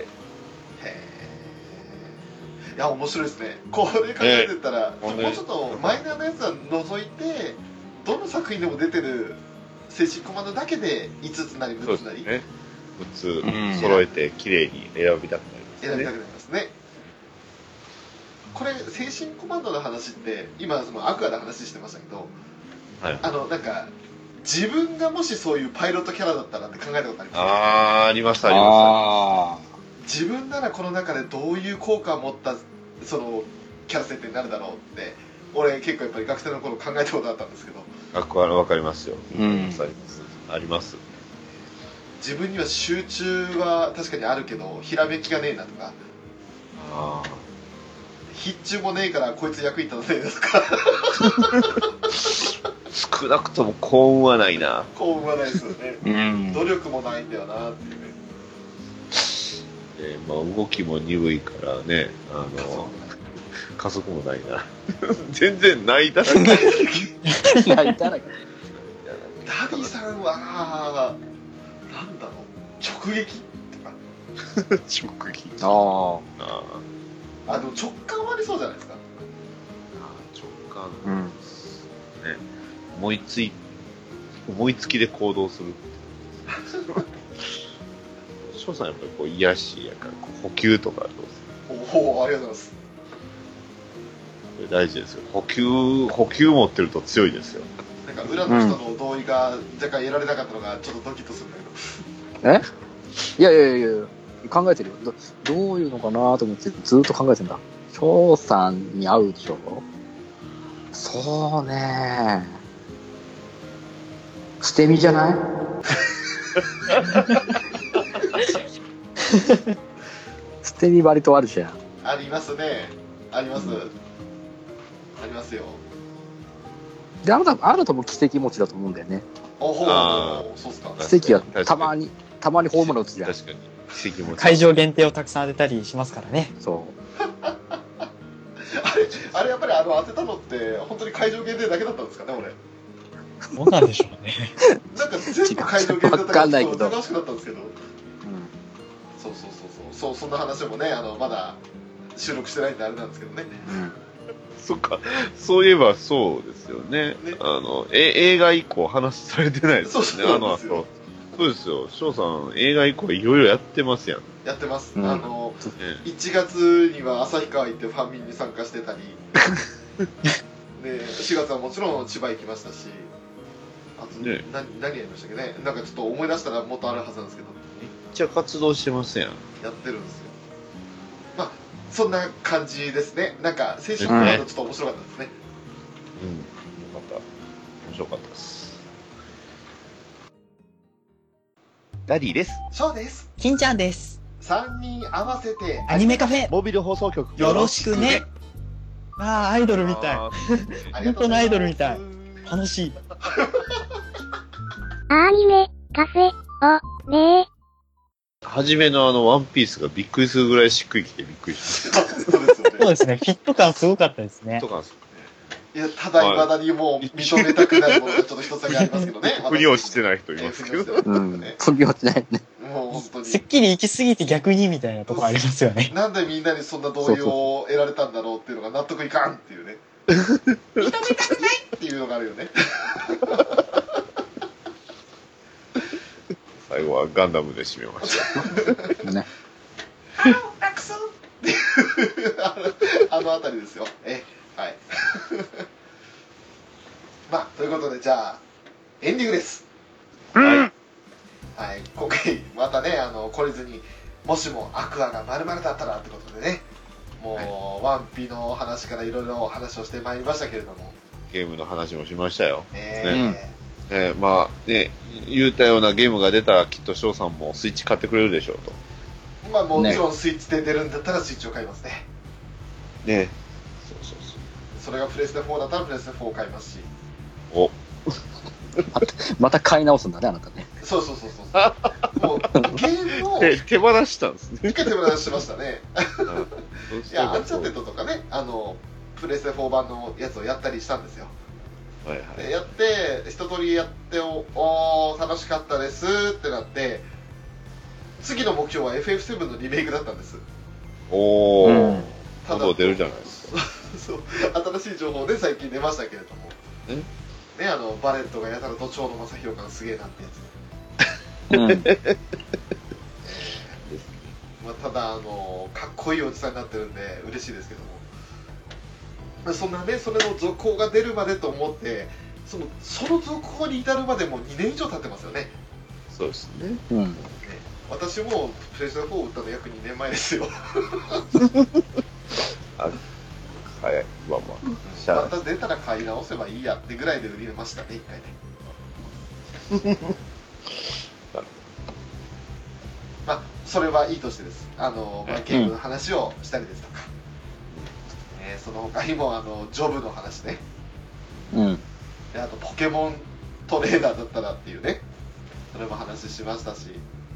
え。いや面白いですね。これ考えてたら、もうちょっとマイナーなやつは除いてどの作品でも出てる精神コマンドだけで5つなり6つなり、 ね。6つ揃えて綺麗に選びたくなりますね。 選びたくなりますね。これ精神コマンドの話って今そのアクアの話してましたけど、 はい。 なんか自分がもしそういうパイロットキャラだったらって考えたことありますか？ ありますありまあ自分ならこの中でどういう効果を持ったそのキャラ設定になるだろうって俺結構やっぱり学生の頃考えたことあったんですけど、 す。わかりますよ。 うんあります。あります。 自分には集中は確かにあるけどひらめきがねえなとか、 あ必中もねえからこいつ役に立たねえなとか少なくとも幸運はないな。 幸運はないですよね。 うん。 努力もないんだよなっていうね。 まあ、動きも鈍いからね、加速もないな。全然ないだらけ。 いや、いたらけ。 ダディさんはなんだろう直撃とか直撃。 ああでも直感はありそうじゃないですか。 直感。 あ。うん。 ね、思いつきで行動する。翔さんやっぱりこう癒しやから補給とかどうですか？ おおありがとうございます。 これ大事ですよ。補給持ってると強いですよ。 なんか裏の人の同意が若干得られなかったのがちょっとドキッとするんだけど。 いや、考えてるよ。どういうのかなと思ってずっと考えてんだ。翔さんに会うでしょ？そうね。 捨て身じゃない？捨て身割とあるじゃん。 ありますね。あります。ありますよ。 で、あなたも奇跡持ちだと思うんだよね。 おほあー、そうっすか。 奇跡はたまにホームラン打つじゃん。 確かに。奇跡も。 会場限定をたくさん当てたりしますからね。 そあれやっぱり当てたのって本当に会場限定だけだったんですかね、俺。 どうなんでしょうね。 なんか全部会場限定だったからちょっと難しくなったんですけど。 う。うん。 そんな話もね、まだ収録してないんであれなんですけどね。 そっか。そういえばそうですよね。 ね映画以降話されてないですよね。 そうなんですよそうですよ。翔さん、映画以降いろいろやってますやん。 やってます。 うん 1月には旭川行ってファミンに参加してたり、で4月はもちろん千葉行きましたし、あと、 ね何やりましたっけね。なんかちょっと思い出したらもっとあるはずなんですけど、 めっちゃ活動してますやん。 やってるんですよ。まあそんな感じですね。なんか青春コマンドちょっと面白かったですね。 うん。よかった。面白かったです。ダディです。 ショーです。 金ちゃんです。 3人合わせてアニメカフェモビル放送局。 よろしくね。ああ、アイドルみたい。 あ本当のアイドルみたい。楽しい。 アニメ、カフェ、お、ね初めのワンピースがびっくりするぐらいしっくりきてびっくりしましそうですよね。 そうですね。フィット感すごかったですねた。。とかですいや、ただいまだにもう認めたくないものがちょっと一つだけありますけどね。 腑に落ちてない人いますけど。 うん。飛び落ちないね。 もう本当にすっきり行き過ぎて逆にみたいなとこありますよね。 なんでみんなにそんな動揺を得られたんだろうっていうのが納得いかんっていうね。認めたくないっていうのがあるよね。 最後はガンダムで締めました。 ね。 たくさんっていうあのあたりですよ。はい。まあということでじゃあエンディングです。はい、今回またね懲りずにもしもアクアが〇〇だったらってことでね、もう、ワンピの話からいろいろ話をしてまいりましたけれども、 ゲームの話もしましたよ。まあね、言うたようなゲームが出たらきっと翔さんもスイッチ買ってくれるでしょうと。 まあもちろんスイッチで出るんだったらスイッチを買いますね。 ね。そう。 それがプレステ4だったらプレステ4を買いますし。 お。 また買い直すんだね、あなたね。 そう。もうゲームを手放したんですね。 一回手放しましたね。いや、アンチャーテッドとかね、プレステ4版のやつをやったりしたんですよ。 はいでやって一通りやって楽しかったですってなって、次の目標は FF7 のリメイクだったんです。 おー、 うん今度出るじゃないですか。 そう新しい情報で最近出ましたけれどもね、バレットがやたらと長野正弘感すげえなってやつ、まあ、ただかっこいいおじさんになってるんで嬉しいですけども、まあ、そんなねそれの続行が出るまでと思ってその続行に至るまでも2年以上経ってますよね。 そうですね。 うん。 私もプレステ4を売ったの約2年前ですよ。 早い。まあ。しゃまあた出たら買い直せばいいやってぐらいで売りましたね、1回ね。まあそれはいいとしてです。まあ、ゲームの話をしたりですとか、その他にもジョブの話ね、 うん。 であとポケモントレーナーだったらっていうね、それも話しましたし、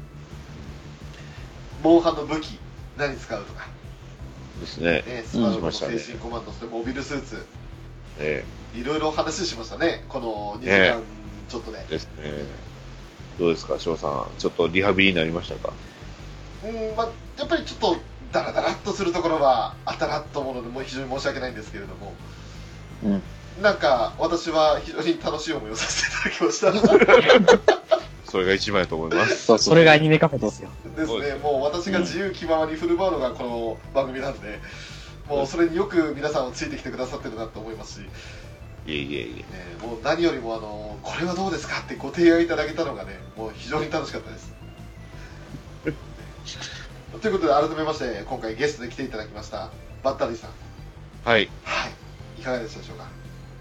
モンハンの武器何使うとか、 ですね。 スパルボのしましたね精神コマンド、そしてモビルスーツ、 えいろいろ話しましたね、この2時間ちょっとで。 ですね。どうですか、翔さん。ちょっとリハビリになりましたか？ まあ、やっぱりちょっとダラダラっとするところはあったなと思うので、もう非常に申し訳ないんですけれども、なんか私は非常に楽しい思いをさせていただきましたそれが一番やと思います。 それがアニメカフェですよ。 ですね。もう私が自由気ままに振る舞うのがこの番組なんで、もうそれによく皆さんをついてきてくださってるなと思いますし、 いえ。 もう何よりもこれはどうですかってご提案いただけたのがね、もう非常に楽しかったですということで改めまして今回ゲストで来ていただきましたバッタリーさん、 はい。 はい、いかがでしたでしょうか？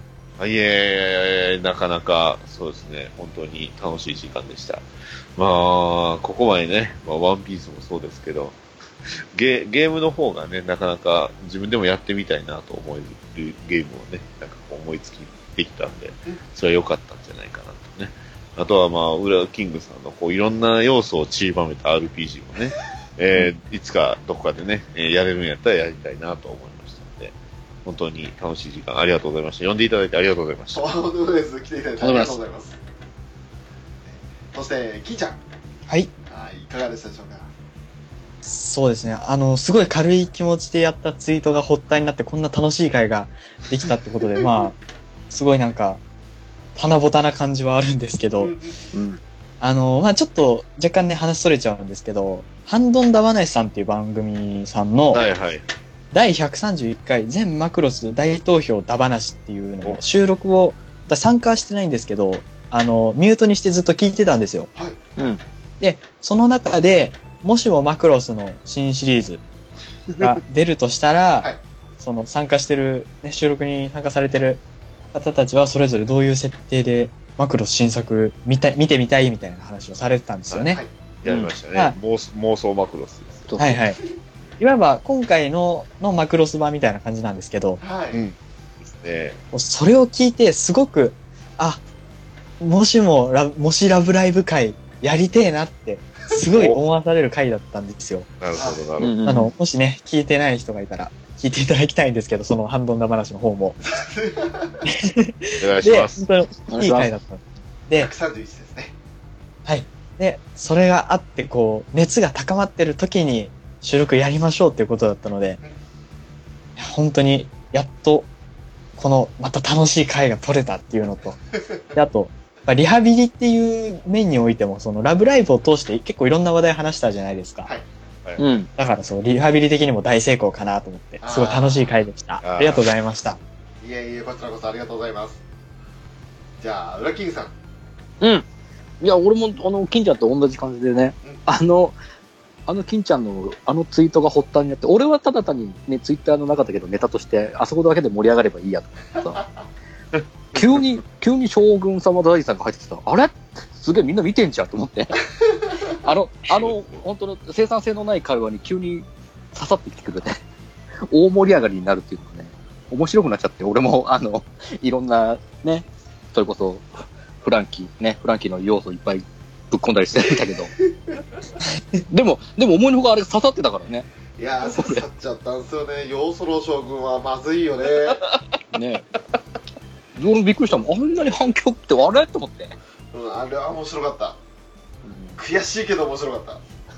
いえ、なかなか、そうですね、本当に楽しい時間でした。まあ、ここまでね、まあ、ワンピースもそうですけど、ゲームの方がね、なかなか自分でもやってみたいなと思えるゲームをね、なんかこう思いつきできたんで、それは良かったんじゃないかなとね。あとはまあ、ウラキングさんのこういろんな要素を散りばめた RPG もね、いつかどこかでね、やれるんやったらやりたいなと思いましたので、本当に楽しい時間ありがとうございました。呼んでいただいてありがとうございました。 とんでもないです。来ていただいてありがとうございます。そして、金ちゃん。 はい。 はい、いかがでしたでしょうか。 そうですね。すごい軽い気持ちでやったツイートが発端になってこんな楽しい会ができたってことで、まあ、すごいなんか、棚ぼたな感じはあるんですけど、まあちょっと若干ね、話それちゃうんですけど、ハンドンダワナシさんっていう番組さんの、 はいはい。 第131回全マクロス大投票ダバナシっていうのを収録を、私参加してないんですけど、ミュートにしてずっと聞いてたんですよ。 はい。 うん。 で、その中で、もしもマクロスの新シリーズが出るとしたら、 はいその参加してる、ね、収録に参加されてる方たちはそれぞれどういう設定でマクロス新作見てみたいみたいな話をされてたんですよね。 はい。 やりましたね。妄想マクロスです。 そうはいはい。いわば今回のマクロス版みたいな感じなんですけど、 はい。 ですね。 それを聞いてすごく、もしラブライブ会やりてえなって、すごい思わされる回だったんですよ。 なるほど、なるほど。 もしね、聞いてない人がいたら、聞いていただきたいんですけど、そのハンドンダ話の方も。 お願いしで、 ます。 本当にいい回だった。で、 131ですね。 はい。で、それがあって、こう、熱が高まってる時に収録やりましょうっていうことだったので、いや本当に、やっと、この、また楽しい回が撮れたっていうのと、であと、リハビリっていう面においても、そのラブライブを通して結構いろんな話題話したじゃないですか。 はい。 うん。 だからそう、リハビリ的にも大成功かなと思って、すごい楽しい回でした。ありがとうございました。 いえいえ、こちらこそありがとうございます。じゃあ、ウラキングさん。 うん。いや、俺も、金ちゃんと同じ感じでね、金ちゃんのツイートが発端になって、俺はただ単にね、ツイッターの中だけどネタとして、あそこだけで盛り上がればいいやと思ってさ、急に将軍様大臣さんが入ってきた。あれすげえみんな見てんじゃんと思って。本当の生産性のない会話に急に刺さってきてくるね。大盛り上がりになるっていうのがね、面白くなっちゃって、俺も、いろんなね、それこそ、フランキーの要素いっぱいぶっ込んだりしてるんだけど。でも思いのほかあれ刺さってたからね。 いやー、刺さっちゃったんですよね。ヨーソロ将軍はまずいよね。 ね俺もびっくりしたもん。あんなに反響ってあれと思って。 あれは面白かった。悔しいけど面白かった。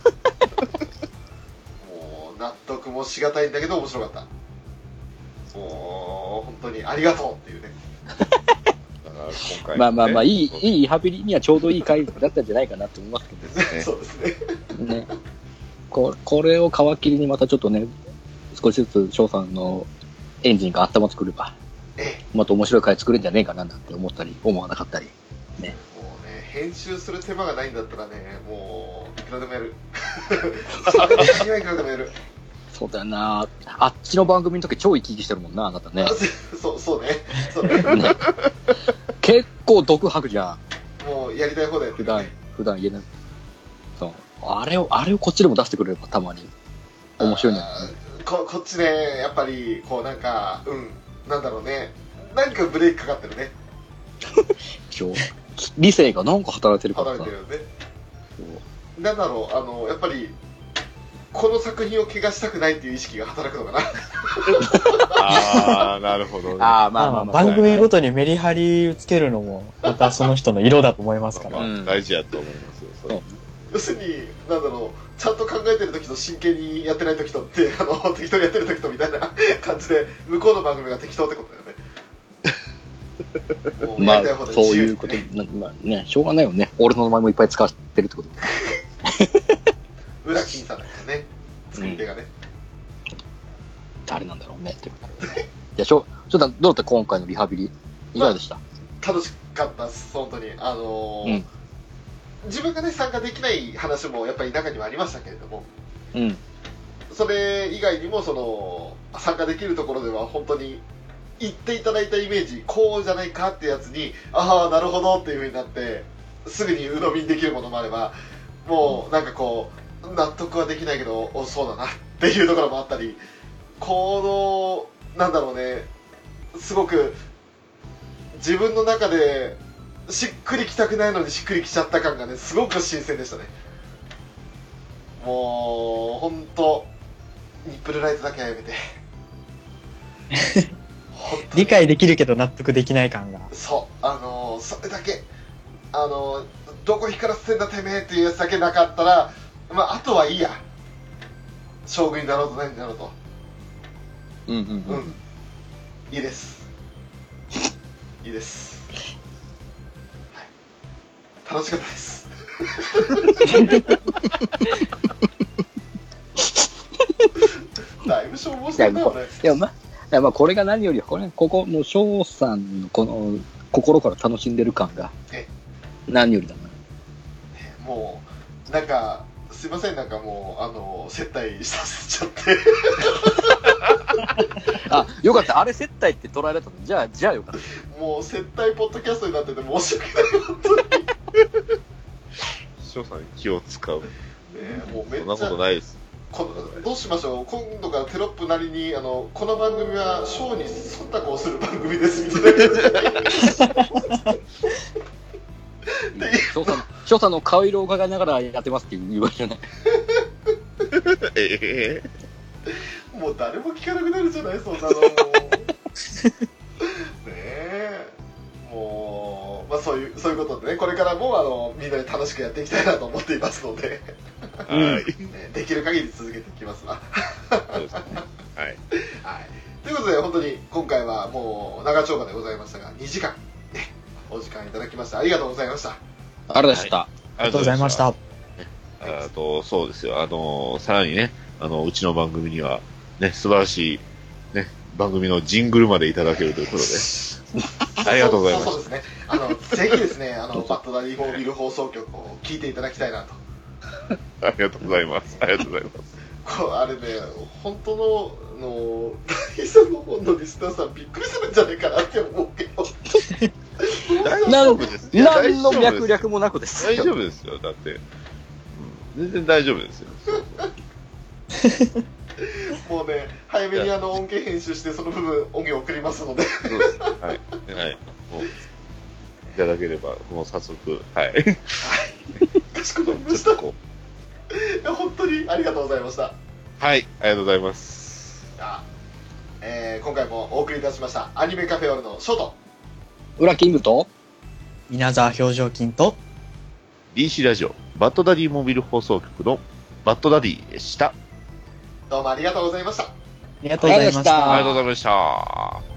もう、納得もしがたいんだけど面白かった。もう、本当にありがとうっていうね。 今回まあ、いいリハビリにはちょうどいい回だったんじゃないかなと思いますけどね。 そうですね。 ね。これを皮切りにまたちょっとね、少しずつ翔さんのエンジンが頭作れば、また面白い回作れるんじゃねえかななんて思ったり、思わなかったり。ね。 もうね、編集する手間がないんだったらね、もう、いくらでもやる。いくらでもやる。 そうだよな。あっちの番組の時超生き生きしてるもんな、あなたね。 そうね。ね。 結構毒吐くじゃん。もうやりたい放題やってる、ね。普段言えない。そう。あれをこっちでも出してくれればたまに。面白いんだよね。 こっちね、やっぱり、こうなんか、なんだろうね。何かブレーキかかってるね。 理性がなんか働いてるからさ。 働いてるよね。なんだろう、やっぱり、この作品を怪我したくないっていう意識が働くのかな。 ああ、なるほどね。 まあ、番組ごとにメリハリつけるのも、またその人の色だと思いますから。 大事やと思いますよ、それ。 要するに、なんだろう、ちゃんと考えてる時と真剣にやってない時とって、適当にやってる時とみたいな感じで、向こうの番組が適当ってことだよね。 まあ、そういうこと、まあね、しょうがないよね。俺の名前もいっぱい使ってるってこと。 裏金さんだからね、作り手がね。 誰なんだろうねって。いや、ちょっとどうだった今回のリハビリいかがでした？ 楽しかったっす、本当に。自分がね、参加できない話もやっぱり中にはありましたけれども、それ以外にも、参加できるところでは本当に言っていただいたイメージこうじゃないかってやつにああなるほどっていう風になってすぐに鵜呑みにできるものもあればもうなんかこう納得はできないけどおそうだなっていうところもあったりこのなんだろうねすごく自分の中でしっくりきたくないのにしっくりきちゃった感がねすごく新鮮でしたね。もうほんとニップルライトだけはやめて理解できるけど納得できない感が。 そうそれだけどこ光らせてんだてめえっていうやつだけなかったらまああとはいいや将軍になろうと何になろうとうんうんうん。 いいですいいです、はい、楽しかったですだいぶ消耗してるな俺。 いやまあこれが何よりここの翔さんのこの心から楽しんでる感が何よりだな。 もうなんかすいませんなんかもう接待させちゃってあ、よかった。あれ接待って捉えられたの。じゃあよかった。 もう接待ポッドキャストになってて申し訳ない本当に翔さんに気を使う。 ねもうめっちゃそんなことないです。 どうしましょう今度からテロップなりにこの番組はショーに忖度をする番組ですみたいな翔さんの顔色を伺いながらやってますって言われじゃない。 もう誰も聞かなくなるじゃないそんなのねえもうまあそういうことでねこれからもみんなで楽しくやっていきたいなと思っていますのではい、 ね、できる限り続けていきますわそうですね。はい。 はい、ということで本当に今回はもう長丁場でございましたが2時間、ね、お時間いただきましてありがとうございました。 ありがとうございました。 ありがとうございました。 あと、そうですよ。さらにね、うちの番組には、ね、素晴らしい、ね、番組のジングルまでいただけるということで、ありがとうございます。 そうですね。ぜひですね、バッドダディモービル放送局を聞いていただきたいなと。 ありがとうございます。ありがとうございます。 あれね、本当の第3の方のリスナーさんびっくりするんじゃないかなって思うけど。 大丈夫です。 何の脈略もなくです。 大丈夫ですよ。だって、全然大丈夫ですよ。 もうね、早めに音源編集してその部分音源送りますので。 そうです。はい。はい。もう、いただければ、もう早速、はい。 かしこまりました。いや、本当にありがとうございました。 はい、ありがとうございます。 今回もお送りいたしましたアニメカフェオレのショート裏キングと稲沢表情筋と DC ラジオバッドダディモビル放送局のバッドダディでした。 どうもありがとうございました。 ありがとうございました。 ありがとうございました。